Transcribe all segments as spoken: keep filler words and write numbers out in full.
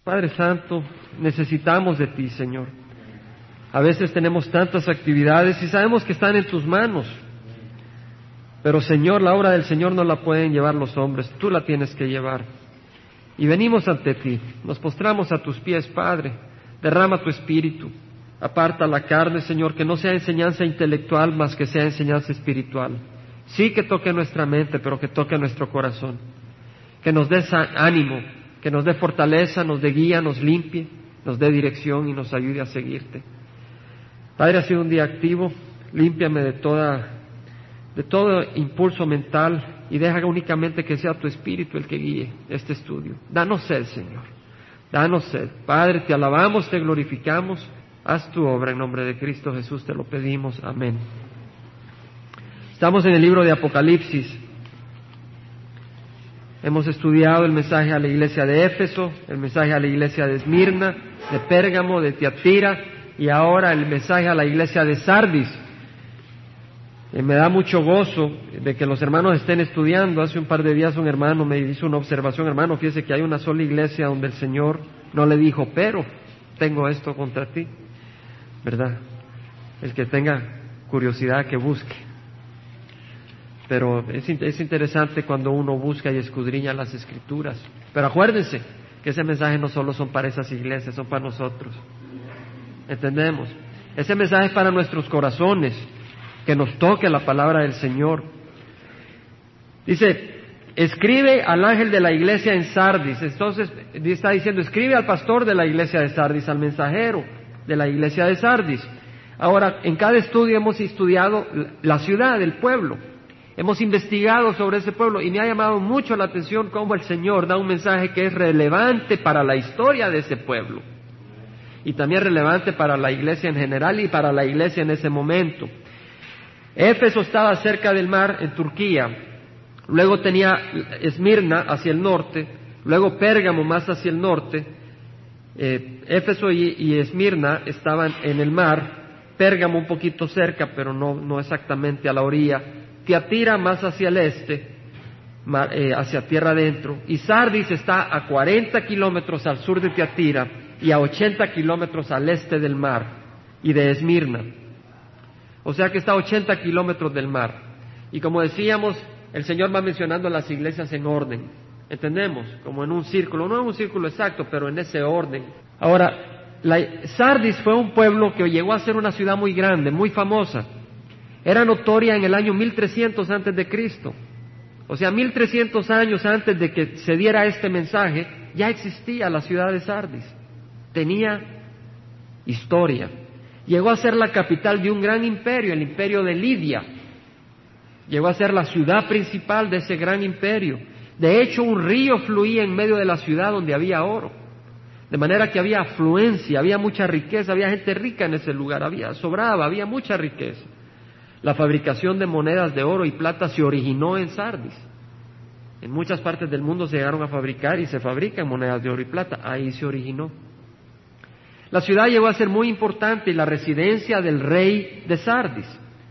Padre Santo, necesitamos de ti, Señor. A veces tenemos tantas actividades y sabemos que están en tus manos. Pero, Señor, la obra del Señor no la pueden llevar los hombres, tú la tienes que llevar. Y venimos ante ti, nos postramos a tus pies, Padre. Derrama tu espíritu, aparta la carne, Señor, que no sea enseñanza intelectual, más que sea enseñanza espiritual. Sí que toque nuestra mente, pero que toque nuestro corazón. Que nos dé ánimo, que nos dé fortaleza, nos dé guía, nos limpie, nos dé dirección y nos ayude a seguirte. Padre, ha sido un día activo, límpiame de toda, de todo impulso mental y deja únicamente que sea tu espíritu el que guíe este estudio. Danos sed, Señor, danos sed. Padre, te alabamos, te glorificamos, haz tu obra en nombre de Cristo Jesús, te lo pedimos, amén. Estamos en el libro de Apocalipsis. Hemos estudiado el mensaje a la iglesia de Éfeso, el mensaje a la iglesia de Esmirna, de Pérgamo, de Tiatira, y ahora el mensaje a la iglesia de Sardis. Eh, me da mucho gozo de que los hermanos estén estudiando. Hace un par de días un hermano me hizo una observación: hermano, fíjese que hay una sola iglesia donde el Señor no le dijo, pero tengo esto contra ti, ¿verdad? El que tenga curiosidad que busque. Pero es, es interesante cuando uno busca y escudriña las Escrituras. Pero acuérdense que ese mensaje no solo son para esas iglesias, son para nosotros. ¿Entendemos? Ese mensaje es para nuestros corazones, que nos toque la palabra del Señor. Dice, escribe al ángel de la iglesia en Sardis. Entonces está diciendo, escribe al pastor de la iglesia de Sardis, al mensajero de la iglesia de Sardis. Ahora, en cada estudio hemos estudiado la ciudad, el pueblo. Hemos investigado sobre ese pueblo y me ha llamado mucho la atención cómo el Señor da un mensaje que es relevante para la historia de ese pueblo y también relevante para la iglesia en general y para la iglesia en ese momento. Éfeso estaba cerca del mar en Turquía, luego tenía Esmirna hacia el norte, luego Pérgamo más hacia el norte. eh, Éfeso y, y Esmirna estaban en el mar, Pérgamo un poquito cerca pero no, no exactamente a la orilla, Tiatira más hacia el este, eh, hacia tierra adentro, y Sardis está a cuarenta kilómetros al sur de Tiatira y a ochenta kilómetros al este del mar y de Esmirna. O sea que está a ochenta kilómetros del mar. Y como decíamos, el Señor va mencionando las iglesias en orden. ¿Entendemos? Como en un círculo, no en un círculo exacto, pero en ese orden. Ahora, la, Sardis fue un pueblo que llegó a ser una ciudad muy grande, muy famosa. Era notoria en el año mil trescientos antes de Cristo. O sea, mil trescientos años antes de que se diera este mensaje, ya existía la ciudad de Sardis. Tenía historia. Llegó a ser la capital de un gran imperio, el imperio de Lidia. Llegó a ser la ciudad principal de ese gran imperio. De hecho, un río fluía en medio de la ciudad donde había oro. De manera que había afluencia, había mucha riqueza, había gente rica en ese lugar, había sobraba, había mucha riqueza. La fabricación de monedas de oro y plata se originó en Sardis. En muchas partes del mundo se llegaron a fabricar y se fabrican monedas de oro y plata. Ahí se originó. La ciudad llegó a ser muy importante y la residencia del rey de Sardis.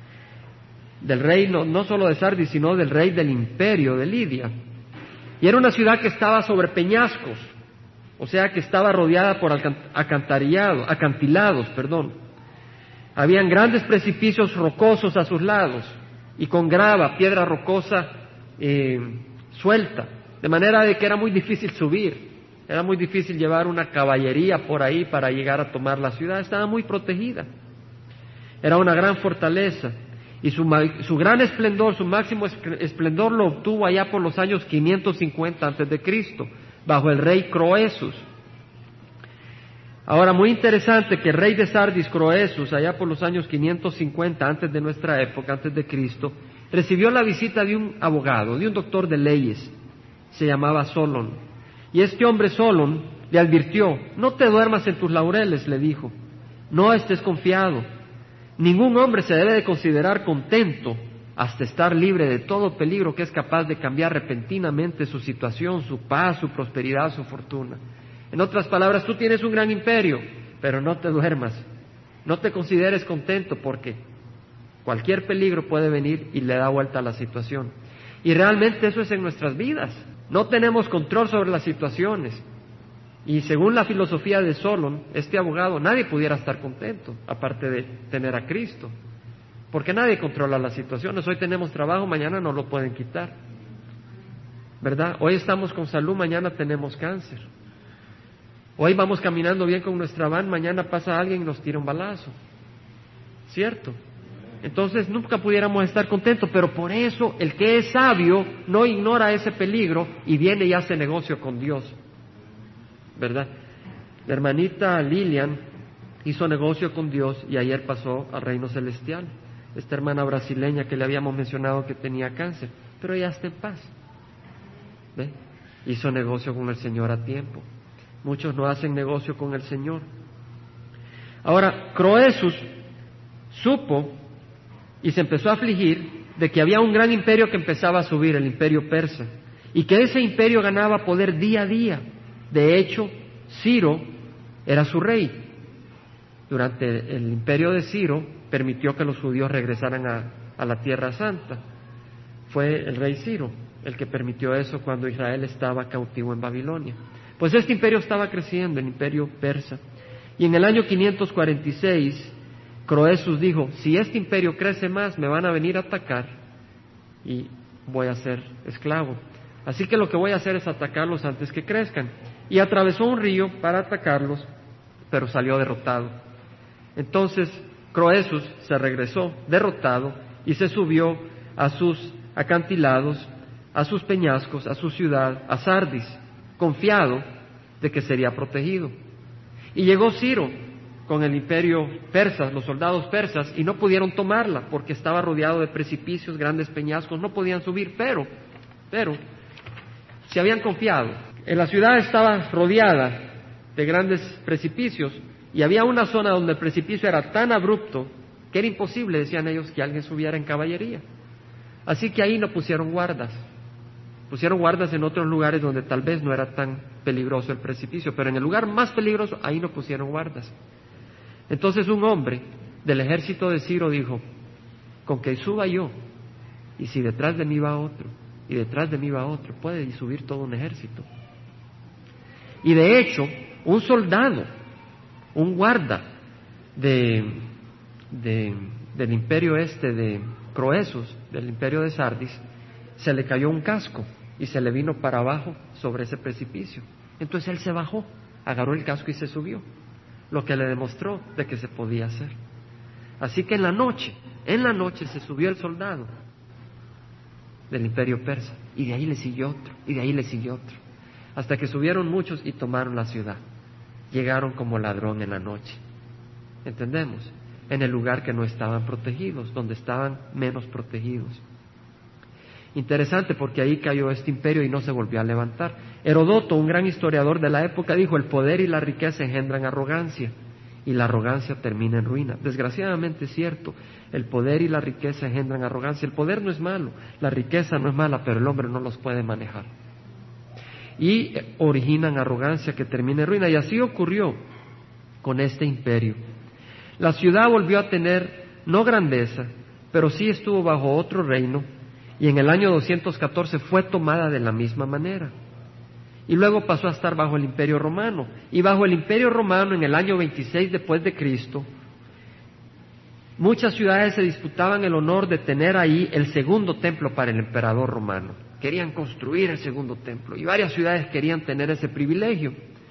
Del rey, no, no solo de Sardis, sino del rey del imperio de Lidia. Y era una ciudad que estaba sobre peñascos, o sea que estaba rodeada por acantilados, acantilados, perdón. Habían grandes precipicios rocosos a sus lados y con grava, piedra rocosa eh, suelta, de manera de que era muy difícil subir, era muy difícil llevar una caballería por ahí para llegar a tomar la ciudad, estaba muy protegida. Era una gran fortaleza y su, su gran esplendor, su máximo esplendor lo obtuvo allá por los años quinientos cincuenta antes de Cristo, bajo el rey Croesus. Ahora, muy interesante que el rey de Sardis, Croesus, allá por los años quinientos cincuenta, antes de nuestra época, antes de Cristo, recibió la visita de un abogado, de un doctor de leyes, se llamaba Solón. Y este hombre Solón le advirtió, no te duermas en tus laureles, le dijo, no estés confiado. Ningún hombre se debe de considerar contento hasta estar libre de todo peligro que es capaz de cambiar repentinamente su situación, su paz, su prosperidad, su fortuna. En otras palabras, tú tienes un gran imperio, pero no te duermas, no te consideres contento porque cualquier peligro puede venir y le da vuelta a la situación. Y realmente eso es en nuestras vidas, no tenemos control sobre las situaciones. Y según la filosofía de Solon, este abogado, nadie pudiera estar contento, aparte de tener a Cristo. Porque nadie controla las situaciones. Hoy tenemos trabajo, mañana nos lo pueden quitar. ¿Verdad? Hoy estamos con salud, mañana tenemos cáncer. Hoy vamos caminando bien con nuestra van, mañana pasa alguien y nos tira un balazo. ¿Cierto? Entonces nunca pudiéramos estar contentos, pero por eso el que es sabio no ignora ese peligro y viene y hace negocio con Dios. ¿Verdad? La hermanita Lilian hizo negocio con Dios y ayer pasó al reino celestial. Esta hermana brasileña que le habíamos mencionado que tenía cáncer, pero ella está en paz. ¿Ve? Hizo negocio con el Señor a tiempo. Muchos no hacen negocio con el Señor. Ahora, Croesus supo y se empezó a afligir de que había un gran imperio que empezaba a subir, el imperio persa, y que ese imperio ganaba poder día a día. De hecho, Ciro era su rey. Durante el imperio de Ciro permitió que los judíos regresaran a, a la Tierra Santa. Fue el rey Ciro el que permitió eso cuando Israel estaba cautivo en Babilonia. Pues este imperio estaba creciendo, el imperio persa. Y en el año quinientos cuarenta y seis, Croesus dijo, si este imperio crece más, me van a venir a atacar y voy a ser esclavo. Así que lo que voy a hacer es atacarlos antes que crezcan. Y atravesó un río para atacarlos, pero salió derrotado. Entonces Croesus se regresó derrotado y se subió a sus acantilados, a sus peñascos, a su ciudad, a Sardis, confiado de que sería protegido. Y llegó Ciro con el imperio persa, los soldados persas, y no pudieron tomarla porque estaba rodeado de precipicios, grandes peñascos, no podían subir, pero, pero, se habían confiado. En la ciudad estaba rodeada de grandes precipicios y había una zona donde el precipicio era tan abrupto que era imposible, decían ellos, que alguien subiera en caballería. Así que ahí no pusieron guardas. Pusieron guardas en otros lugares donde tal vez no era tan peligroso el precipicio, pero en el lugar más peligroso, ahí no pusieron guardas. Entonces un hombre del ejército de Ciro dijo, con que suba yo, y si detrás de mí va otro, y detrás de mí va otro, puede subir todo un ejército. Y de hecho, un soldado, un guarda de, de, del imperio este de Croesus, del imperio de Sardis, se le cayó un casco y se le vino para abajo sobre ese precipicio. Entonces él se bajó, agarró el casco y se subió, lo que le demostró de que se podía hacer. Así que en la noche, en la noche se subió el soldado del imperio persa, y de ahí le siguió otro, y de ahí le siguió otro, hasta que subieron muchos y tomaron la ciudad. Llegaron como ladrón en la noche, ¿entendemos? En el lugar que no estaban protegidos, donde estaban menos protegidos. Interesante porque ahí cayó este imperio y no se volvió a levantar. Herodoto, un gran historiador de la época, dijo, el poder y la riqueza engendran arrogancia, y la arrogancia termina en ruina. Desgraciadamente es cierto, el poder y la riqueza engendran arrogancia. El poder no es malo, la riqueza no es mala, pero el hombre no los puede manejar. Y originan arrogancia que termina en ruina, y así ocurrió con este imperio. La ciudad volvió a tener, no grandeza, pero sí estuvo bajo otro reino, y en el año doscientos catorce fue tomada de la misma manera. Y luego pasó a estar bajo el Imperio Romano. Y bajo el Imperio Romano, en el año veintiséis después de Cristo, muchas ciudades se disputaban el honor de tener ahí el segundo templo para el emperador romano. Querían construir el segundo templo, y varias ciudades querían tener ese privilegio.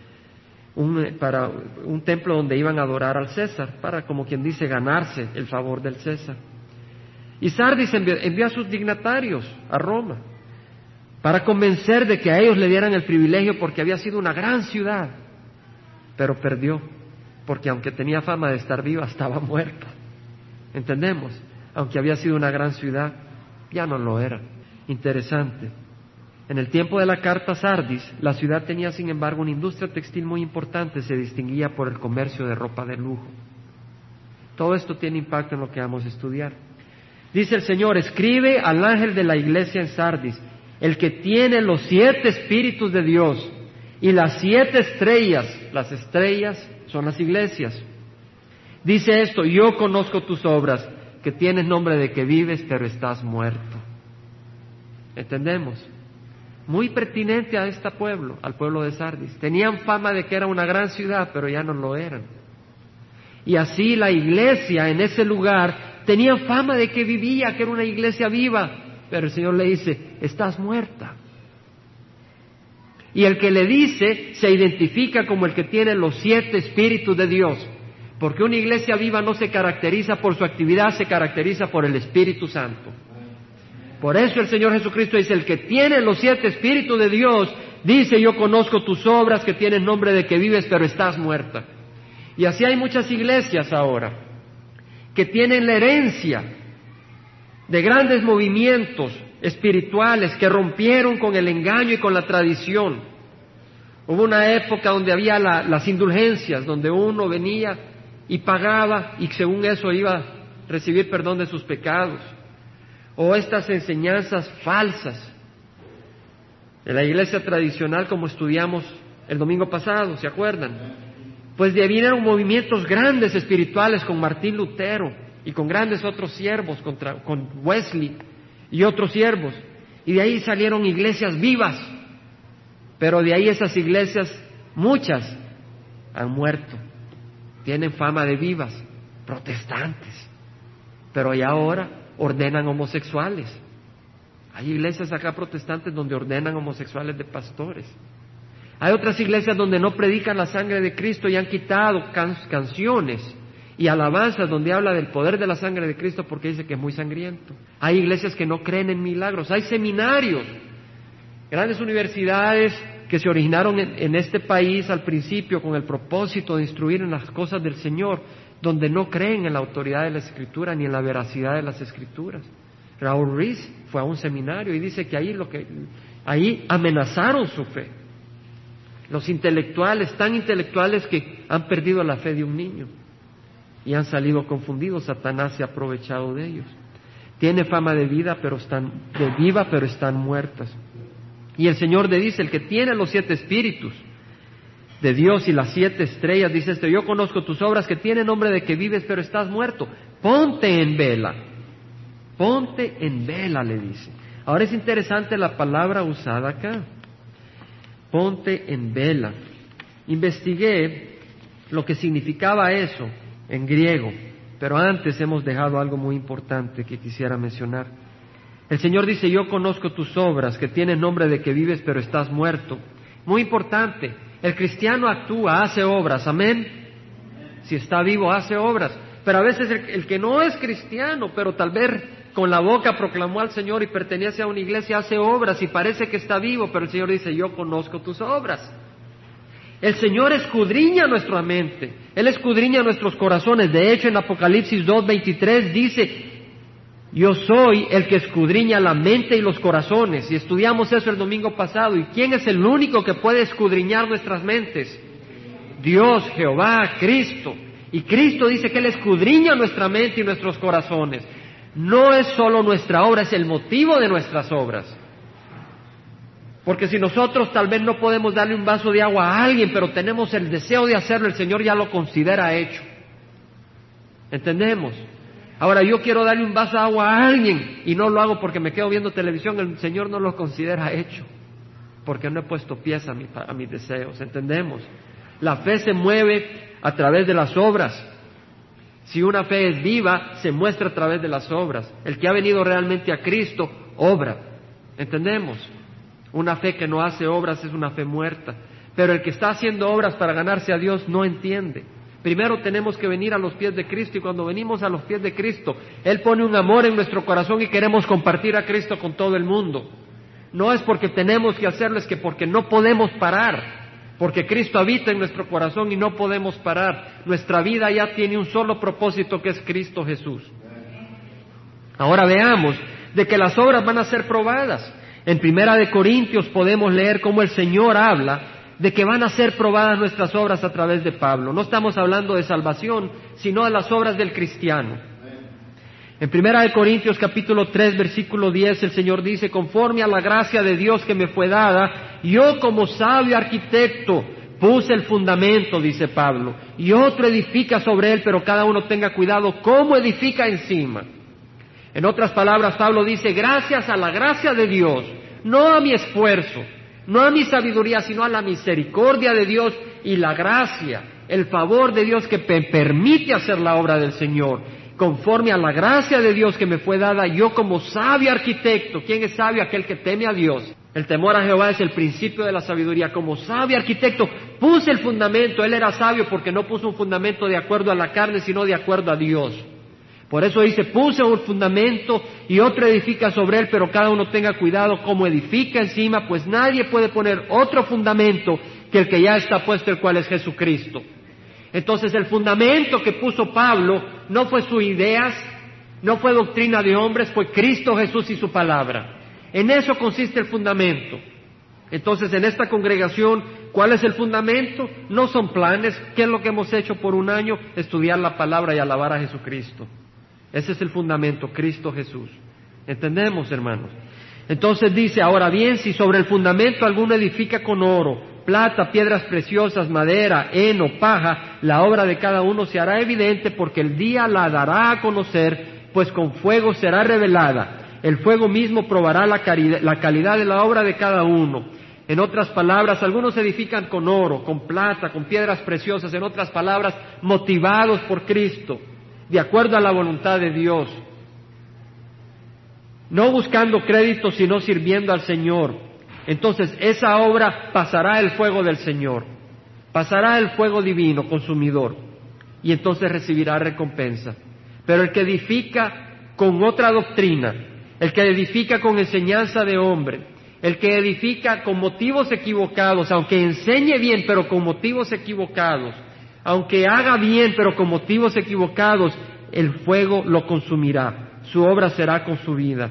Un, para un templo donde iban a adorar al César, para, como quien dice, ganarse el favor del César. Y Sardis envió, envió a sus dignatarios a Roma para convencer de que a ellos le dieran el privilegio porque había sido una gran ciudad, pero perdió, porque aunque tenía fama de estar viva, estaba muerta. ¿Entendemos? Aunque había sido una gran ciudad, ya no lo era. Interesante. En el tiempo de la carta a Sardis, la ciudad tenía sin embargo una industria textil muy importante, se distinguía por el comercio de ropa de lujo. Todo esto tiene impacto en lo que vamos a estudiar. Dice el Señor, escribe al ángel de la iglesia en Sardis, el que tiene los siete espíritus de Dios y las siete estrellas. Las estrellas son las iglesias. Dice esto, yo conozco tus obras, que tienes nombre de que vives, pero estás muerto. ¿Entendemos? muy pertinente a este pueblo, al pueblo de Sardis. Tenían fama de que era una gran ciudad, pero ya no lo eran. Y así la iglesia en ese lugar tenía fama de que vivía, que era una iglesia viva, pero el Señor le dice, estás muerta. Y el que le dice se identifica como el que tiene los siete espíritus de Dios, porque una iglesia viva no se caracteriza por su actividad, se caracteriza por el Espíritu Santo. Por eso el Señor Jesucristo dice, el que tiene los siete espíritus de Dios, dice, yo conozco tus obras, que tienes nombre de que vives, pero estás muerta. Y así hay muchas iglesias ahora, que tienen la herencia de grandes movimientos espirituales que rompieron con el engaño y con la tradición. Hubo una época donde había la, las indulgencias, donde uno venía y pagaba y según eso iba a recibir perdón de sus pecados. O estas enseñanzas falsas de la iglesia tradicional, como estudiamos el domingo pasado, ¿se acuerdan? Pues de ahí vinieron movimientos grandes espirituales con Martín Lutero y con grandes otros siervos, contra, con Wesley y otros siervos. Y de ahí salieron iglesias vivas, pero de ahí esas iglesias, muchas, han muerto. Tienen fama de vivas, protestantes, pero ya ahora ordenan homosexuales. Hay iglesias acá protestantes donde ordenan homosexuales de pastores. Hay otras iglesias donde no predican la sangre de Cristo y han quitado can- canciones y alabanzas donde habla del poder de la sangre de Cristo porque dice que es muy sangriento. Hay iglesias que no creen en milagros. Hay seminarios, grandes universidades que se originaron en, en este país al principio con el propósito de instruir en las cosas del Señor, donde no creen en la autoridad de la Escritura ni en la veracidad de las Escrituras. Raúl Ruiz fue a un seminario y dice que ahí, lo que, ahí amenazaron su fe. Los intelectuales, tan intelectuales que han perdido la fe de un niño y han salido confundidos. Satanás se ha aprovechado de ellos. Tiene fama de vida, pero están, de viva, pero están muertas. Y el Señor le dice, el que tiene los siete espíritus de Dios y las siete estrellas, dice esto, yo conozco tus obras que tienen nombre de que vives, pero estás muerto. Ponte en vela. Ponte en vela, le dice. Ahora es interesante la palabra usada acá. Ponte en vela. Investigué lo que significaba eso en griego, pero antes hemos dejado algo muy importante que quisiera mencionar. El Señor dice, yo conozco tus obras, que tienen nombre de que vives, pero estás muerto. Muy importante, el cristiano actúa, hace obras, amén. Si está vivo, hace obras. Pero a veces el, el que no es cristiano, pero tal vez con la boca proclamó al Señor y pertenece a una iglesia, hace obras y parece que está vivo, pero el Señor dice, yo conozco tus obras. El Señor escudriña nuestra mente, Él escudriña nuestros corazones. De hecho, en Apocalipsis dos veintitrés dice, yo soy el que escudriña la mente y los corazones. Y estudiamos eso el domingo pasado. ¿Y quién es el único que puede escudriñar nuestras mentes? Dios, Jehová, Cristo. Y Cristo dice que Él escudriña nuestra mente y nuestros corazones. No es solo nuestra obra, es el motivo de nuestras obras. Porque si nosotros tal vez no podemos darle un vaso de agua a alguien, pero tenemos el deseo de hacerlo, el Señor ya lo considera hecho. ¿Entendemos? Ahora yo quiero darle un vaso de agua a alguien y no lo hago porque me quedo viendo televisión, el Señor no lo considera hecho, porque no he puesto pies a, mi, a mis deseos. ¿Entendemos? La fe se mueve a través de las obras. Si una fe es viva, se muestra a través de las obras. El que ha venido realmente a Cristo, obra. ¿Entendemos? Una fe que no hace obras es una fe muerta. Pero el que está haciendo obras para ganarse a Dios no entiende. Primero tenemos que venir a los pies de Cristo, y cuando venimos a los pies de Cristo, Él pone un amor en nuestro corazón y queremos compartir a Cristo con todo el mundo. No es porque tenemos que hacerlo, es que porque no podemos parar. Porque Cristo habita en nuestro corazón y no podemos parar. Nuestra vida ya tiene un solo propósito, que es Cristo Jesús. Ahora veamos de que las obras van a ser probadas. En Primera de Corintios podemos leer cómo el Señor habla de que van a ser probadas nuestras obras a través de Pablo. No estamos hablando de salvación, sino de las obras del cristiano. En Primera de Corintios capítulo tres versículo diez el Señor dice, conforme a la gracia de Dios que me fue dada, yo como sabio arquitecto puse el fundamento, dice Pablo, y otro edifica sobre él, pero cada uno tenga cuidado cómo edifica encima. En otras palabras, Pablo dice, gracias a la gracia de Dios, no a mi esfuerzo, no a mi sabiduría, sino a la misericordia de Dios y la gracia, el favor de Dios que me permite hacer la obra del Señor, conforme a la gracia de Dios que me fue dada, yo como sabio arquitecto. ¿Quién es sabio? Aquel que teme a Dios. El temor a Jehová es el principio de la sabiduría. Como sabio arquitecto puse el fundamento. Él era sabio porque no puso un fundamento de acuerdo a la carne, sino de acuerdo a Dios. Por eso dice, puse un fundamento y otro edifica sobre él, pero cada uno tenga cuidado como edifica encima, pues nadie puede poner otro fundamento que el que ya está puesto, el cual es Jesucristo. Entonces el fundamento que puso Pablo no fue sus ideas, no fue doctrina de hombres, fue Cristo Jesús y su palabra. En eso consiste el fundamento. Entonces en esta congregación, ¿cuál es el fundamento? No son planes. ¿Qué es lo que hemos hecho por un año? Estudiar la palabra y alabar a Jesucristo. Ese es el fundamento, Cristo Jesús. ¿Entendemos, hermanos? Entonces dice, ahora bien, si sobre el fundamento alguno edifica con oro, plata, piedras preciosas, madera, heno, paja, la obra de cada uno se hará evidente, porque el día la dará a conocer, pues con fuego será revelada. El fuego mismo probará la, caridad, la calidad de la obra de cada uno. En otras palabras, algunos edifican con oro, con plata, con piedras preciosas, en otras palabras, motivados por Cristo, de acuerdo a la voluntad de Dios, no buscando crédito, sino sirviendo al Señor. Entonces esa obra pasará el fuego del Señor, pasará el fuego divino consumidor, y entonces recibirá recompensa. Pero el que edifica con otra doctrina, el que edifica con enseñanza de hombre, el que edifica con motivos equivocados, aunque enseñe bien pero con motivos equivocados, aunque haga bien pero con motivos equivocados, el fuego lo consumirá, su obra será consumida.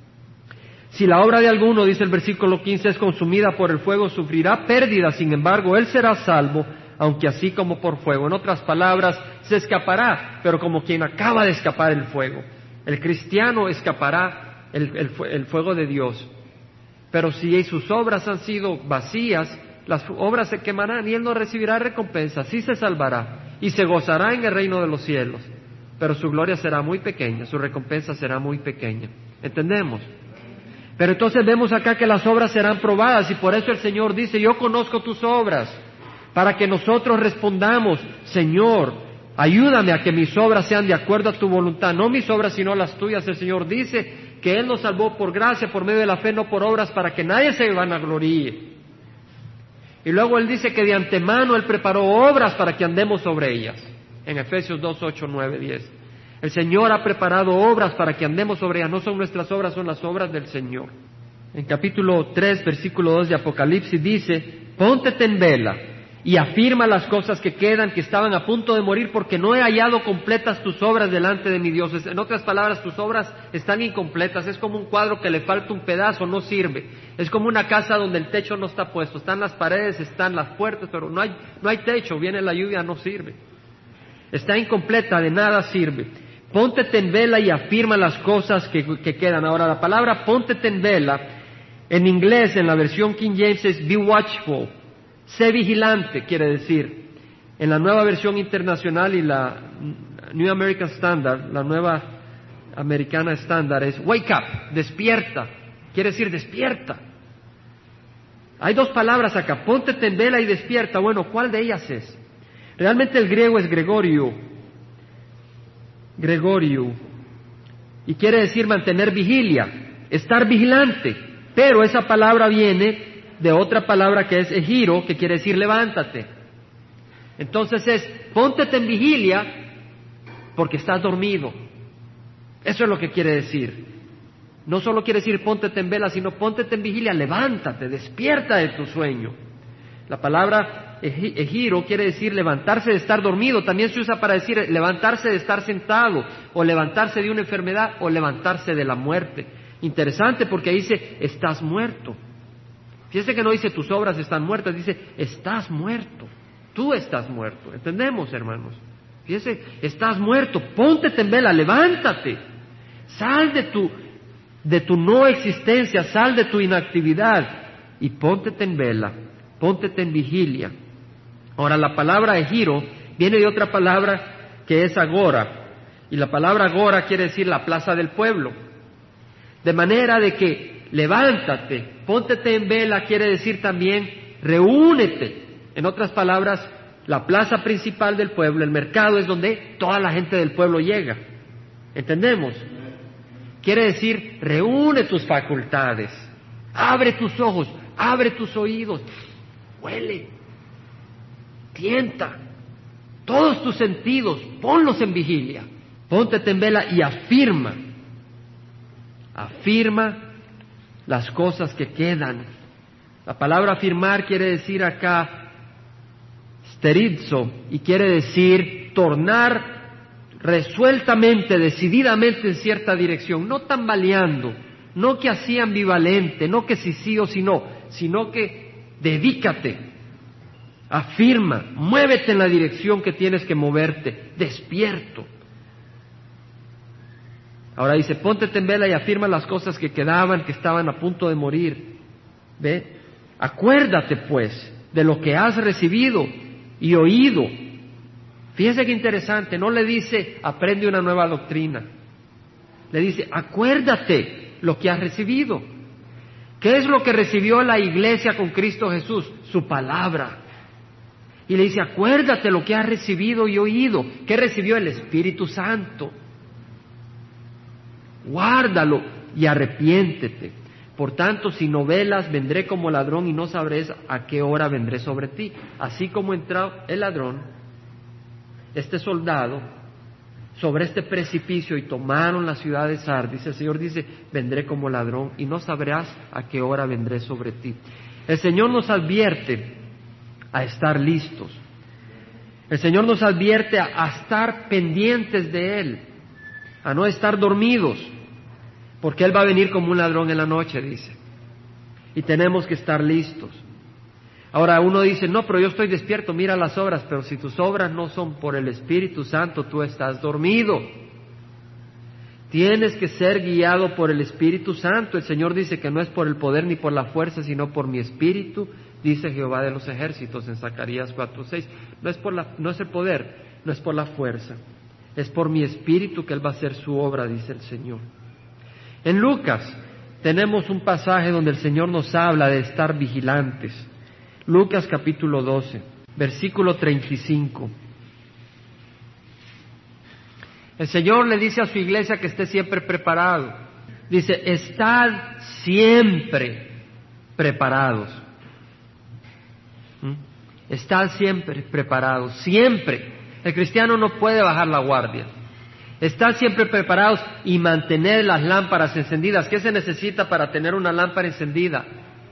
Si la obra de alguno, dice el versículo quince, es consumida por el fuego, sufrirá pérdida, sin embargo, él será salvo, aunque así como por fuego. En otras palabras, se escapará, pero como quien acaba de escapar el fuego. El cristiano escapará el, el, el fuego de Dios, pero si sus obras han sido vacías, las obras se quemarán y él no recibirá recompensa, sí se salvará y se gozará en el reino de los cielos, pero su gloria será muy pequeña, su recompensa será muy pequeña. ¿Entendemos? Pero entonces vemos acá que las obras serán probadas y por eso el Señor dice, yo conozco tus obras, para que nosotros respondamos, Señor, ayúdame a que mis obras sean de acuerdo a tu voluntad, no mis obras sino las tuyas. El Señor dice que Él nos salvó por gracia, por medio de la fe, no por obras, para que nadie se vanagloríe. Y luego Él dice que de antemano Él preparó obras para que andemos sobre ellas, en Efesios dos, ocho, nueve, diez. El Señor ha preparado obras para que andemos sobre ellas, no son nuestras obras, son las obras del Señor. En capítulo tres, versículo dos de Apocalipsis dice, póntete en vela y afirma las cosas que quedan, que estaban a punto de morir, porque no he hallado completas tus obras delante de mi Dios. En otras palabras, tus obras están incompletas, es como un cuadro que le falta un pedazo, no sirve. Es como una casa donde el techo no está puesto, están las paredes, están las puertas, pero no hay, no hay techo, viene la lluvia, no sirve. Está incompleta, de nada sirve. Póntete en vela y afirma las cosas que, que quedan. Ahora, la palabra póntete en vela, en inglés, en la versión King James, es be watchful. Sé vigilante, quiere decir. En la nueva versión internacional y la New American Standard, la nueva americana estándar, es wake up, despierta. Quiere decir despierta. Hay dos palabras acá, póntete en vela y despierta. Bueno, ¿cuál de ellas es? Realmente el griego es Gregorio. Gregorio, y quiere decir mantener vigilia, estar vigilante, pero esa palabra viene de otra palabra que es egiro, que quiere decir levántate. Entonces es, póntete en vigilia porque estás dormido. Eso es lo que quiere decir. No solo quiere decir póntete en vela, sino póntete en vigilia, levántate, despierta de tu sueño. La palabra egiro quiere decir levantarse de estar dormido, también se usa para decir levantarse de estar sentado, o levantarse de una enfermedad, o levantarse de la muerte. Interesante porque dice, estás muerto. Fíjese que no dice tus obras están muertas, dice, estás muerto, tú estás muerto. ¿Entendemos, hermanos? Fíjese, estás muerto, póntete en vela, levántate, sal de tu, de tu no existencia, sal de tu inactividad y póntete en vela. Póntete en vigilia. Ahora, la palabra egiro viene de otra palabra que es agora. Y la palabra agora quiere decir la plaza del pueblo. De manera de que levántate, póntete en vela, quiere decir también reúnete. En otras palabras, la plaza principal del pueblo, el mercado, es donde toda la gente del pueblo llega. ¿Entendemos? Quiere decir, reúne tus facultades, abre tus ojos, abre tus oídos, huele, tienta, todos tus sentidos, ponlos en vigilia, póntete en vela y afirma, afirma las cosas que quedan. La palabra afirmar quiere decir acá sterizo, y quiere decir tornar resueltamente, decididamente en cierta dirección, no tambaleando, no que así ambivalente, no que si sí o si no, sino que dedícate, afirma, muévete en la dirección que tienes que moverte, despierto. Ahora dice, póntete en vela y afirma las cosas que quedaban, que estaban a punto de morir. ¿Ve? Acuérdate pues de lo que has recibido y oído. Fíjese qué interesante, no le dice aprende una nueva doctrina, le dice acuérdate lo que has recibido. ¿Qué es lo que recibió la iglesia con Cristo Jesús? Su palabra. Y le dice acuérdate lo que has recibido y oído. ¿Qué recibió? El Espíritu Santo. Guárdalo y arrepiéntete. Por tanto, si no velas, vendré como ladrón y no sabrás a qué hora vendré sobre ti. Así como entró el ladrón, este soldado, sobre este precipicio y tomaron la ciudad de Sardis, el Señor dice, vendré como ladrón y no sabrás a qué hora vendré sobre ti. El Señor nos advierte a estar listos. El Señor nos advierte a, a estar pendientes de Él, a no estar dormidos, porque Él va a venir como un ladrón en la noche, dice. Y tenemos que estar listos. Ahora uno dice, no, pero yo estoy despierto, mira las obras, pero si tus obras no son por el Espíritu Santo, tú estás dormido. Tienes que ser guiado por el Espíritu Santo. El Señor dice que no es por el poder ni por la fuerza, sino por mi Espíritu, dice Jehová de los ejércitos en Zacarías cuatro seis. No es por la, no es el poder, no es por la fuerza, es por mi Espíritu que Él va a hacer su obra, dice el Señor. En Lucas tenemos un pasaje donde el Señor nos habla de estar vigilantes. Lucas capítulo doce, versículo treinta y cinco. El Señor le dice a su iglesia que esté siempre preparado. Dice, estad siempre preparados. ¿Mm? Estad siempre preparados, siempre. El cristiano no puede bajar la guardia. Estad siempre preparados y mantener las lámparas encendidas. ¿Qué se necesita para tener una lámpara encendida?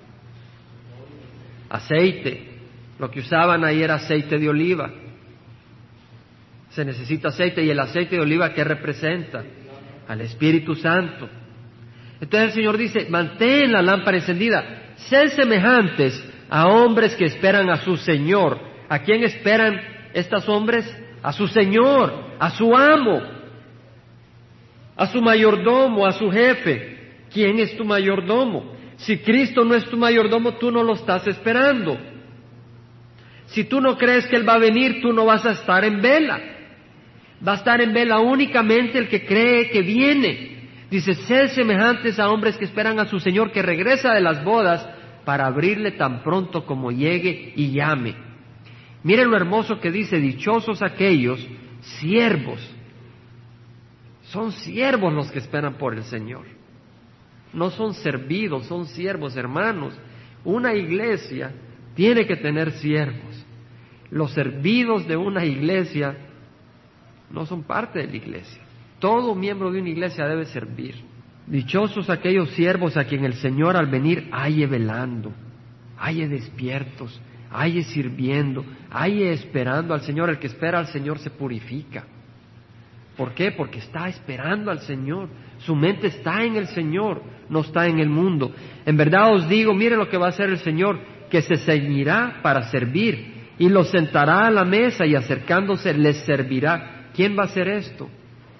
Aceite. Lo que usaban ahí era aceite de oliva. Se necesita aceite, y el aceite de oliva, ¿qué representa? Al Espíritu Santo. Entonces el Señor dice, mantén la lámpara encendida, sed semejantes a hombres que esperan a su Señor. ¿A quién esperan estos hombres? A su Señor, a su amo, a su mayordomo, a su jefe. ¿Quién es tu mayordomo? Si Cristo no es tu mayordomo, tú no lo estás esperando. Si tú no crees que Él va a venir, tú no vas a estar en vela. Va a estar en vela únicamente el que cree que viene. Dice, sed semejantes a hombres que esperan a su Señor, que regresa de las bodas para abrirle tan pronto como llegue y llame. Miren lo hermoso que dice, dichosos aquellos siervos. Son siervos los que esperan por el Señor. No son servidos, son siervos, hermanos. Una iglesia tiene que tener siervos. Los servidos de una iglesia no son parte de la iglesia. Todo miembro de una iglesia debe servir. Dichosos aquellos siervos a quien el Señor al venir halle velando, halle despiertos, halle sirviendo, halle esperando al Señor. El que espera al Señor se purifica. ¿Por qué? Porque está esperando al Señor. Su mente está en el Señor, no está en el mundo. En verdad os digo, mire lo que va a hacer el Señor, que se ceñirá para servir y los sentará a la mesa y acercándose les servirá. ¿Quién va a hacer esto?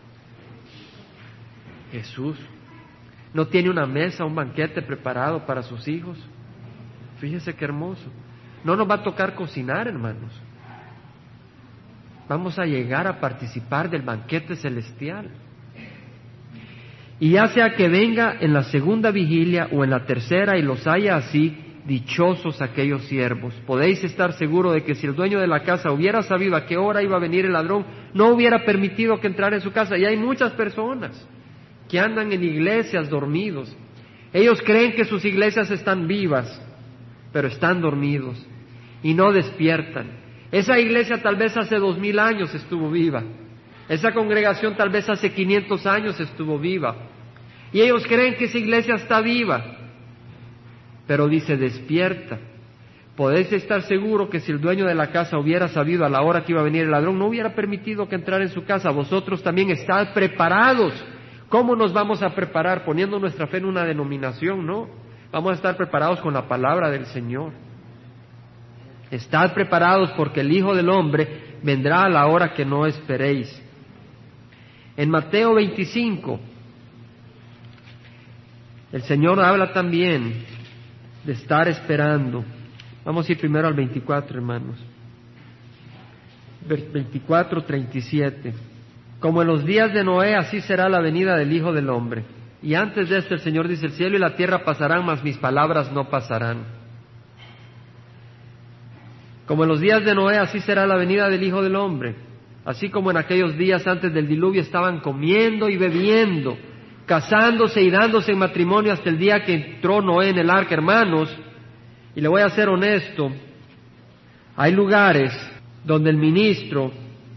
Jesús. ¿No tiene una mesa, un banquete preparado para sus hijos? Fíjese qué hermoso. No nos va a tocar cocinar, hermanos. Vamos a llegar a participar del banquete celestial. Y ya sea que venga en la segunda vigilia o en la tercera y los haya así, dichosos aquellos siervos. Podéis estar seguros de que si el dueño de la casa hubiera sabido a qué hora iba a venir el ladrón, no hubiera permitido que entrara en su casa. Y hay muchas personas que andan en iglesias dormidos. Ellos creen que sus iglesias están vivas, pero están dormidos y no despiertan. Esa iglesia tal vez hace dos mil años estuvo viva. Esa congregación tal vez hace quinientos años estuvo viva. Y ellos creen que esa iglesia está viva. Pero dice, despierta. Podéis estar seguro que si el dueño de la casa hubiera sabido a la hora que iba a venir el ladrón, no hubiera permitido que entrara en su casa. Vosotros también estad preparados. ¿Cómo nos vamos a preparar? Poniendo nuestra fe en una denominación, ¿no? Vamos a estar preparados con la palabra del Señor. Estad preparados porque el Hijo del Hombre vendrá a la hora que no esperéis. En Mateo veinticinco, el Señor habla también de estar esperando. Vamos a ir primero al veinticuatro, hermanos. veinticuatro, treinta y siete. Como en los días de Noé, así será la venida del Hijo del Hombre. Y antes de esto el Señor dice, el cielo y la tierra pasarán, mas mis palabras no pasarán. Como en los días de Noé, así será la venida del Hijo del Hombre. Así como en aquellos días antes del diluvio estaban comiendo y bebiendo, casándose y dándose en matrimonio hasta el día que entró Noé en el arca, hermanos. Y le voy a ser honesto, hay lugares donde el ministro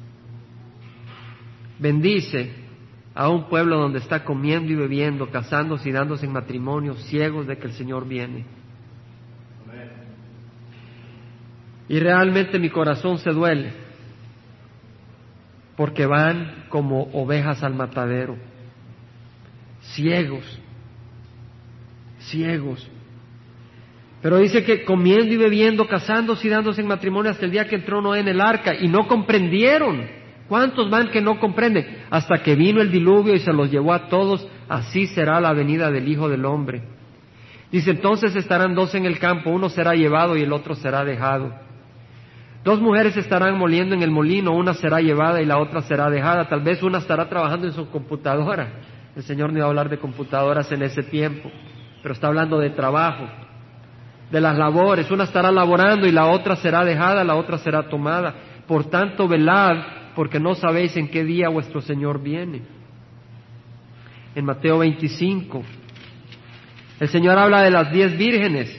bendice a un pueblo donde está comiendo y bebiendo, casándose y dándose en matrimonio, ciegos de que el Señor viene. Y realmente mi corazón se duele, porque van como ovejas al matadero, ciegos, ciegos. Pero dice que comiendo y bebiendo, casándose y dándose en matrimonio hasta el día que entró Noé en el arca, y no comprendieron. ¿Cuántos van que no comprenden? Hasta que vino el diluvio y se los llevó a todos, así será la venida del Hijo del Hombre. Dice, entonces estarán dos en el campo, uno será llevado y el otro será dejado. Dos mujeres estarán moliendo en el molino, una será llevada y la otra será dejada. Tal vez una estará trabajando en su computadora. El Señor no iba a hablar de computadoras en ese tiempo, pero está hablando de trabajo, de las labores. Una estará laborando y la otra será dejada, la otra será tomada. Por tanto, velad, porque no sabéis en qué día vuestro Señor viene. En Mateo veinticinco, el Señor habla de las diez vírgenes.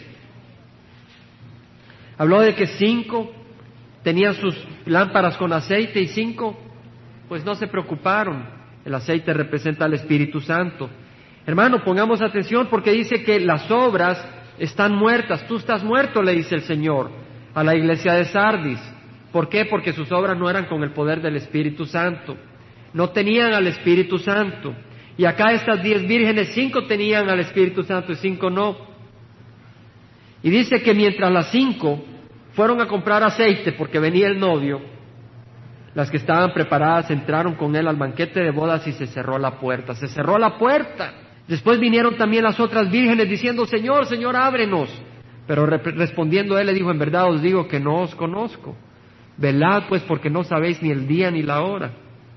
Habló de que cinco tenían sus lámparas con aceite y cinco, pues no se preocuparon. El aceite representa al Espíritu Santo. Hermano, pongamos atención porque dice que las obras están muertas. Tú estás muerto, le dice el Señor a la iglesia de Sardis. ¿Por qué? Porque sus obras no eran con el poder del Espíritu Santo. No tenían al Espíritu Santo. Y acá estas diez vírgenes, cinco tenían al Espíritu Santo y cinco no. Y dice que mientras las cinco fueron a comprar aceite porque venía el novio, las que estaban preparadas entraron con él al banquete de bodas y se cerró la puerta. Se cerró la puerta. Después vinieron también las otras vírgenes diciendo, Señor, Señor, ábrenos. Pero rep- respondiendo él le dijo, en verdad os digo que no os conozco. Velad pues porque no sabéis ni el día ni la hora.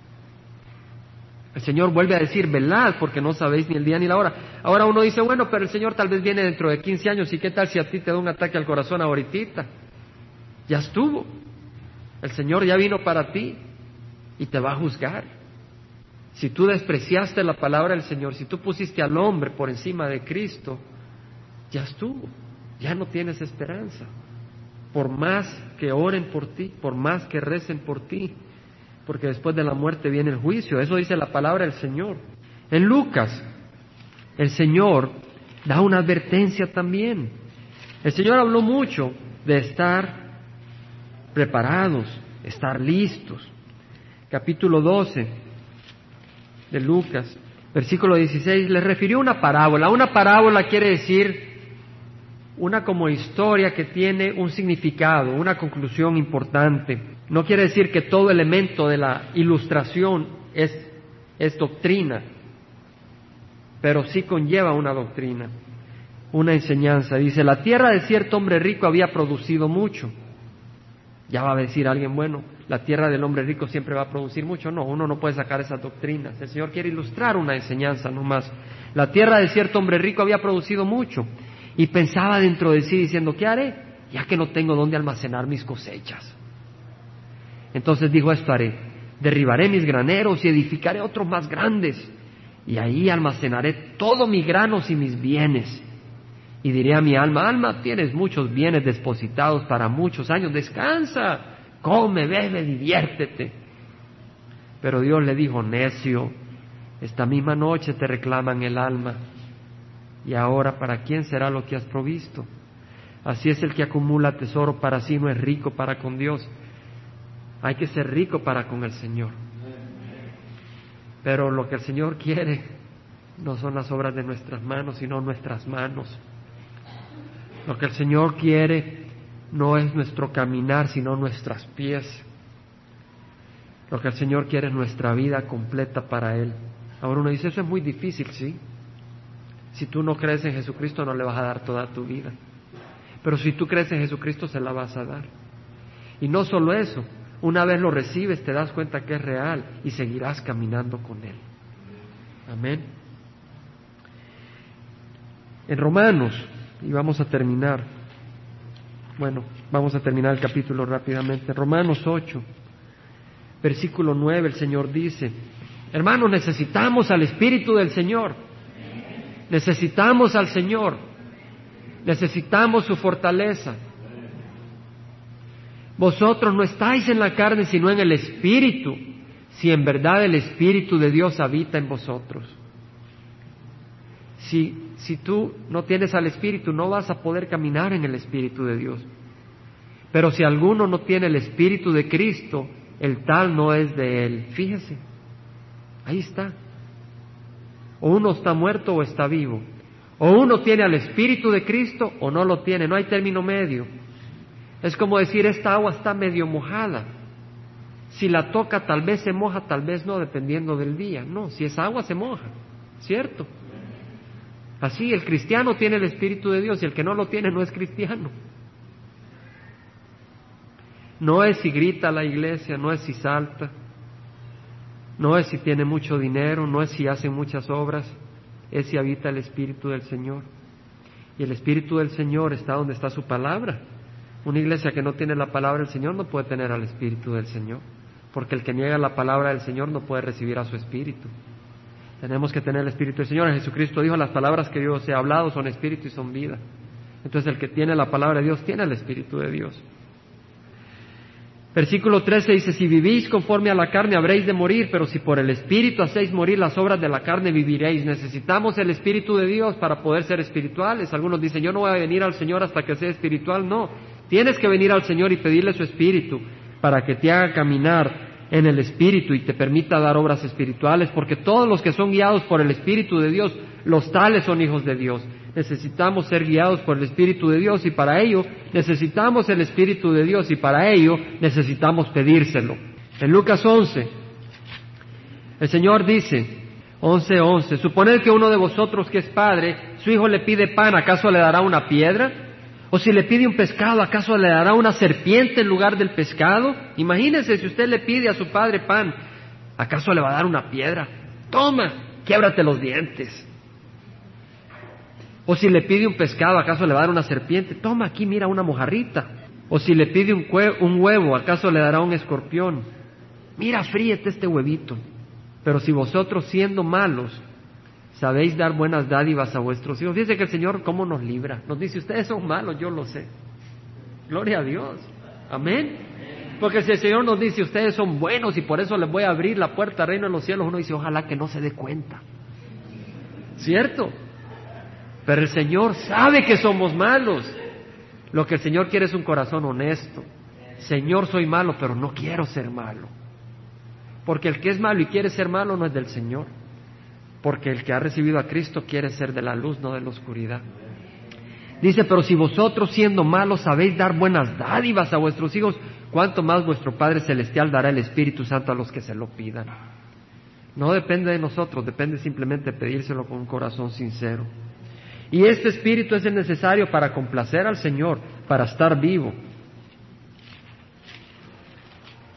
El Señor vuelve a decir, velad porque no sabéis ni el día ni la hora. Ahora uno dice, bueno, pero el Señor tal vez viene dentro de quince años, ¿y qué tal si a ti te da un ataque al corazón ahorita? Ya estuvo. El Señor ya vino para ti y te va a juzgar. Si tú despreciaste la palabra del Señor, si tú pusiste al hombre por encima de Cristo, ya estuvo. Ya no tienes esperanza. Por más que oren por ti, por más que recen por ti, porque después de la muerte viene el juicio. Eso dice la palabra del Señor. En Lucas, el Señor da una advertencia también. El Señor habló mucho de estar preparados, estar listos. Capítulo doce de Lucas, versículo dieciséis, les refirió una parábola. Una parábola quiere decir una como historia que tiene un significado, una conclusión importante. No quiere decir que todo elemento de la ilustración es, es doctrina, pero sí conlleva una doctrina, una enseñanza. Dice, la tierra de cierto hombre rico había producido mucho. Ya va a decir alguien, bueno, la tierra del hombre rico siempre va a producir mucho. No, uno no puede sacar esas doctrinas. El Señor quiere ilustrar una enseñanza nomás. La tierra de cierto hombre rico había producido mucho y pensaba dentro de sí diciendo, ¿qué haré? Ya que no tengo dónde almacenar mis cosechas. Entonces dijo, esto haré, derribaré mis graneros y edificaré otros más grandes, y ahí almacenaré todos mis granos y mis bienes. Y diré a mi alma, alma, tienes muchos bienes depositados para muchos años, descansa, come, bebe, diviértete. Pero Dios le dijo, necio, esta misma noche te reclaman el alma, y ahora ¿para quién será lo que has provisto? Así es el que acumula tesoro para sí, no es rico para con Dios. Hay que ser rico para con el Señor. Pero lo que el Señor quiere no son las obras de nuestras manos, sino nuestras manos. Lo que el Señor quiere no es nuestro caminar, sino nuestros pies. Lo que el Señor quiere es nuestra vida completa para Él. Ahora uno dice, eso es muy difícil, ¿sí? Si tú no crees en Jesucristo no le vas a dar toda tu vida. Pero si tú crees en Jesucristo se la vas a dar. Y no solo eso, una vez lo recibes te das cuenta que es real y seguirás caminando con Él. Amén. En Romanos, y vamos a terminar, bueno, vamos a terminar el capítulo rápidamente. Romanos ocho, versículo nueve, el Señor dice, hermanos, necesitamos al Espíritu del Señor, necesitamos al Señor, necesitamos su fortaleza. Vosotros no estáis en la carne, sino en el Espíritu, si en verdad el Espíritu de Dios habita en vosotros. Si, si tú no tienes al Espíritu, no vas a poder caminar en el Espíritu de Dios. Pero si alguno no tiene el Espíritu de Cristo, el tal no es de Él. Fíjese, ahí está. O uno está muerto o está vivo. O uno tiene al Espíritu de Cristo o no lo tiene, no hay término medio. Es como decir, esta agua está medio mojada. Si la toca, tal vez se moja, tal vez no, dependiendo del día. No, si es agua, se moja, ¿cierto? Así, el cristiano tiene el Espíritu de Dios y el que no lo tiene no es cristiano. No es si grita a la iglesia, no es si salta, no es si tiene mucho dinero, no es si hace muchas obras, es si habita el Espíritu del Señor. Y el Espíritu del Señor está donde está su palabra. Una iglesia que no tiene la palabra del Señor no puede tener al Espíritu del Señor, porque el que niega la palabra del Señor no puede recibir a su Espíritu. Tenemos que tener el Espíritu del Señor. Jesucristo dijo, las palabras que yo os he hablado son Espíritu y son vida. Entonces el que tiene la palabra de Dios tiene el Espíritu de Dios. Versículo trece dice, si vivís conforme a la carne habréis de morir, pero si por el Espíritu hacéis morir las obras de la carne viviréis. Necesitamos el Espíritu de Dios para poder ser espirituales. Algunos dicen, yo no voy a venir al Señor hasta que sea espiritual. No, tienes que venir al Señor y pedirle su Espíritu para que te haga caminar en el Espíritu y te permita dar obras espirituales, porque todos los que son guiados por el Espíritu de Dios, los tales son hijos de Dios. Necesitamos ser guiados por el Espíritu de Dios y para ello necesitamos el Espíritu de Dios y para ello necesitamos pedírselo. En Lucas once, el Señor dice, once once, suponed que uno de vosotros que es padre, su hijo le pide pan, ¿acaso le dará una piedra? O si le pide un pescado, ¿acaso le dará una serpiente en lugar del pescado? Imagínese si usted le pide a su padre pan, ¿acaso le va a dar una piedra? Toma, quiébrate los dientes. O si le pide un pescado, ¿acaso le va a dar una serpiente? Toma, aquí mira una mojarrita. O si le pide un, cue- un huevo, ¿acaso le dará un escorpión? Mira, fríete este huevito. Pero si vosotros siendo malos, sabéis dar buenas dádivas a vuestros hijos. Fíjense que el Señor cómo nos libra. Nos dice, ustedes son malos, yo lo sé. Gloria a Dios. Amén. Porque si el Señor nos dice, ustedes son buenos y por eso les voy a abrir la puerta al reino de los cielos, uno dice, ojalá que no se dé cuenta. ¿Cierto? Pero el Señor sabe que somos malos. Lo que el Señor quiere es un corazón honesto. Señor, soy malo, pero no quiero ser malo. Porque el que es malo y quiere ser malo no es del Señor. Porque el que ha recibido a Cristo quiere ser de la luz, no de la oscuridad. Dice, pero si vosotros siendo malos sabéis dar buenas dádivas a vuestros hijos, ¿cuánto más vuestro Padre Celestial dará el Espíritu Santo a los que se lo pidan? No depende de nosotros, depende simplemente de pedírselo con un corazón sincero. Y este Espíritu es el necesario para complacer al Señor, para estar vivo.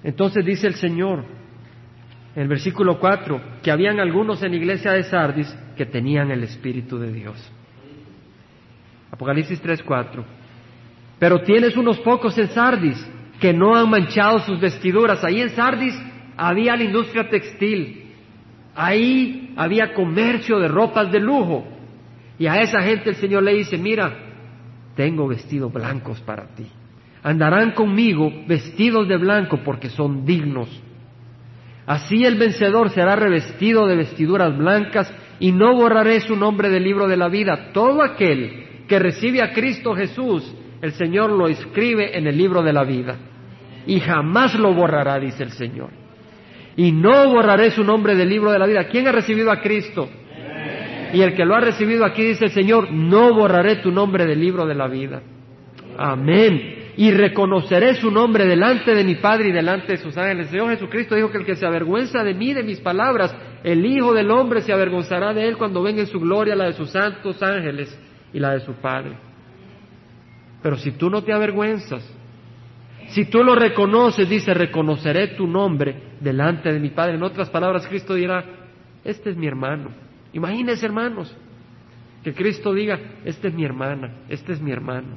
Entonces dice el Señor, en el versículo cuatro, que habían algunos en la iglesia de Sardis que tenían el Espíritu de Dios. Apocalipsis tres cuatro. Pero tienes unos pocos en Sardis que no han manchado sus vestiduras. Ahí en Sardis había la industria textil. Ahí había comercio de ropas de lujo. Y a esa gente el Señor le dice, mira, tengo vestidos blancos para ti. Andarán conmigo vestidos de blanco porque son dignos. Así el vencedor será revestido de vestiduras blancas y no borraré su nombre del libro de la vida. Todo aquel que recibe a Cristo Jesús, el Señor lo escribe en el libro de la vida. Y jamás lo borrará, dice el Señor. Y no borraré su nombre del libro de la vida. ¿Quién ha recibido a Cristo? Y el que lo ha recibido aquí, dice el Señor, no borraré tu nombre del libro de la vida. Amén. Y reconoceré su nombre delante de mi Padre y delante de sus ángeles. El Señor Jesucristo dijo que el que se avergüenza de mí, de mis palabras, el Hijo del Hombre se avergonzará de él cuando venga en su gloria la de sus santos ángeles y la de su Padre. Pero si tú no te avergüenzas, si tú lo reconoces, dice, reconoceré tu nombre delante de mi Padre. En otras palabras, Cristo dirá, este es mi hermano. Imagínense, hermanos, que Cristo diga, esta es mi hermana, este es mi hermano.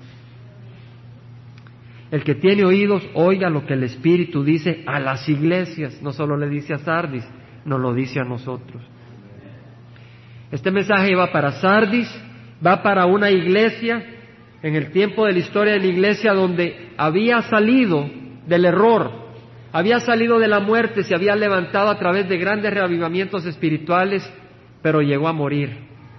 El que tiene oídos, oiga lo que el Espíritu dice a las iglesias. No solo le dice a Sardis, nos lo dice a nosotros. Este mensaje va para Sardis, va para una iglesia en el tiempo de la historia de la iglesia donde había salido del error, había salido de la muerte, se había levantado a través de grandes reavivamientos espirituales, pero llegó a morir.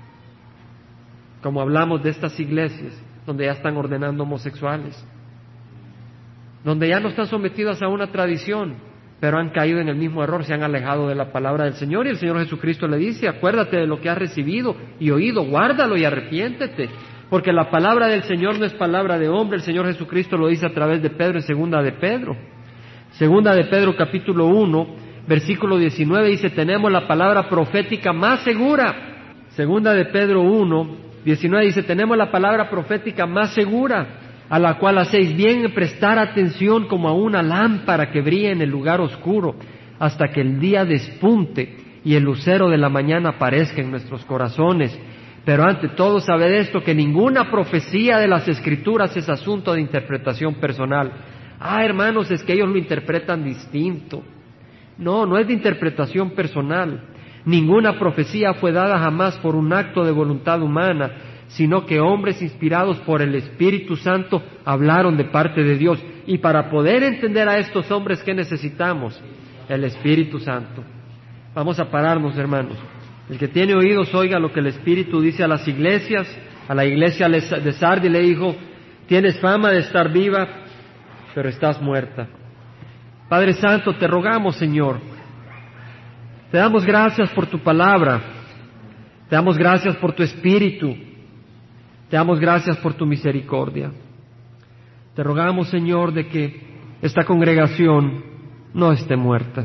Como hablamos de estas iglesias donde ya están ordenando homosexuales, donde ya no están sometidas a una tradición, pero han caído en el mismo error, se han alejado de la palabra del Señor, y el Señor Jesucristo le dice, acuérdate de lo que has recibido y oído, guárdalo y arrepiéntete, porque la palabra del Señor no es palabra de hombre. El Señor Jesucristo lo dice a través de Pedro en Segunda de Pedro. Segunda de Pedro capítulo uno, versículo diecinueve dice, tenemos la palabra profética más segura. Segunda de Pedro uno, diecinueve dice, tenemos la palabra profética más segura, a la cual hacéis bien en prestar atención como a una lámpara que brilla en el lugar oscuro, hasta que el día despunte y el lucero de la mañana aparezca en nuestros corazones. Pero ante todo sabed esto, que ninguna profecía de las Escrituras es asunto de interpretación personal. Ah, hermanos, es que ellos lo interpretan distinto. No, no es de interpretación personal. Ninguna profecía fue dada jamás por un acto de voluntad humana, sino que hombres inspirados por el Espíritu Santo hablaron de parte de Dios. Y para poder entender a estos hombres, ¿qué necesitamos? El Espíritu Santo. Vamos a pararnos, hermanos. El que tiene oídos, oiga lo que el Espíritu dice a las iglesias. A la iglesia de Sardis le dijo, tienes fama de estar viva, pero estás muerta. Padre Santo, te rogamos, Señor, te damos gracias por tu palabra, te damos gracias por tu Espíritu, te damos gracias por tu misericordia. Te rogamos, Señor, de que esta congregación no esté muerta.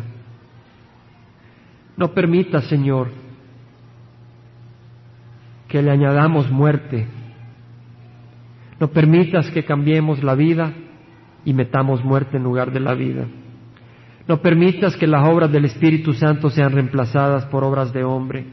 No permita, Señor, que le añadamos muerte. No permitas que cambiemos la vida y metamos muerte en lugar de la vida. No permitas que las obras del Espíritu Santo sean reemplazadas por obras de hombre.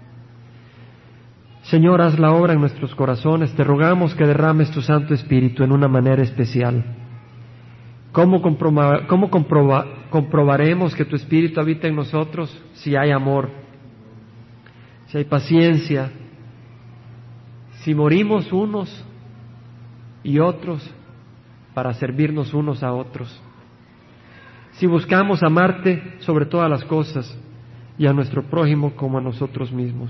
Señor, haz la obra en nuestros corazones. Te rogamos que derrames tu Santo Espíritu en una manera especial. ¿Cómo, comproba, cómo comproba, comprobaremos que tu Espíritu habita en nosotros? Si hay amor, si hay paciencia, si morimos unos y otros para servirnos unos a otros. Si buscamos amarte sobre todas las cosas y a nuestro prójimo como a nosotros mismos.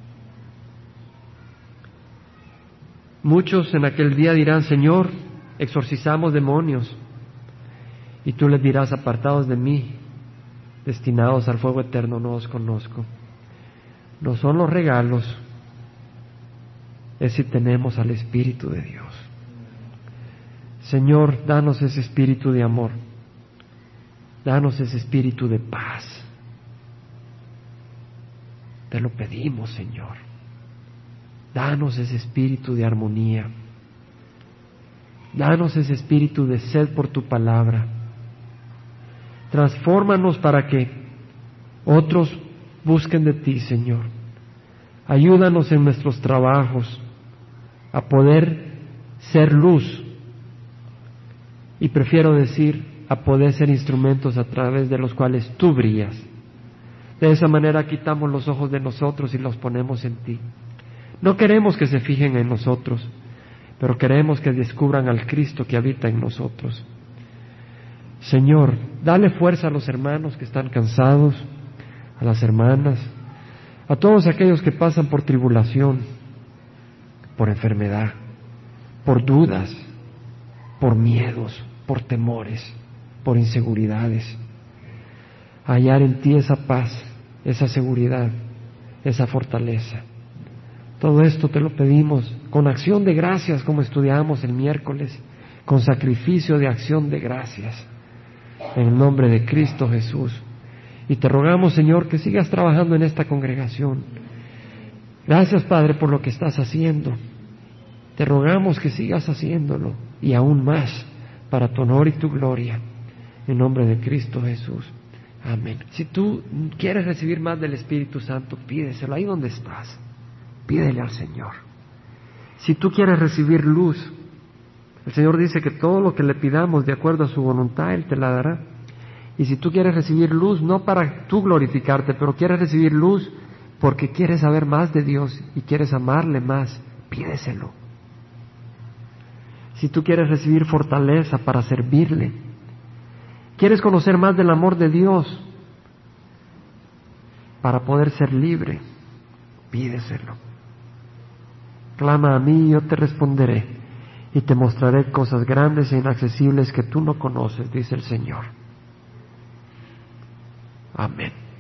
Muchos en aquel día dirán, Señor, exorcizamos demonios. Y tú les dirás, apartados de mí, destinados al fuego eterno, no os conozco. No son los regalos, es si tenemos al Espíritu de Dios. Señor, danos ese espíritu de amor, danos ese espíritu de paz. Te lo pedimos, Señor. Danos ese espíritu de armonía. Danos ese espíritu de sed por tu palabra. Transfórmanos para que otros busquen de ti, Señor. Ayúdanos en nuestros trabajos a poder ser luz. Y prefiero decir, a poder ser instrumentos a través de los cuales tú brillas. De esa manera quitamos los ojos de nosotros y los ponemos en ti. No queremos que se fijen en nosotros, pero queremos que descubran al Cristo que habita en nosotros. Señor, dale fuerza a los hermanos que están cansados, a las hermanas, a todos aquellos que pasan por tribulación, por enfermedad, por dudas, por miedos, por temores, por inseguridades. Hallar en ti esa paz, esa seguridad, esa fortaleza. Todo esto te lo pedimos con acción de gracias, como estudiamos el miércoles, con sacrificio de acción de gracias, en el nombre de Cristo Jesús. Y te rogamos, Señor, que sigas trabajando en esta congregación. Gracias, Padre, por lo que estás haciendo. Te rogamos que sigas haciéndolo, y aún más, para tu honor y tu gloria, en nombre de Cristo Jesús. Amén. Si tú quieres recibir más del Espíritu Santo, pídeselo ahí donde estás. Pídele al Señor. Si tú quieres recibir luz, el Señor dice que todo lo que le pidamos de acuerdo a su voluntad, Él te la dará. Y si tú quieres recibir luz, no para tú glorificarte, pero quieres recibir luz porque quieres saber más de Dios y quieres amarle más, pídeselo. Si tú quieres recibir fortaleza para servirle, quieres conocer más del amor de Dios para poder ser libre, pídeselo. Clama a mí y yo te responderé y te mostraré cosas grandes e inaccesibles que tú no conoces, dice el Señor. Amén.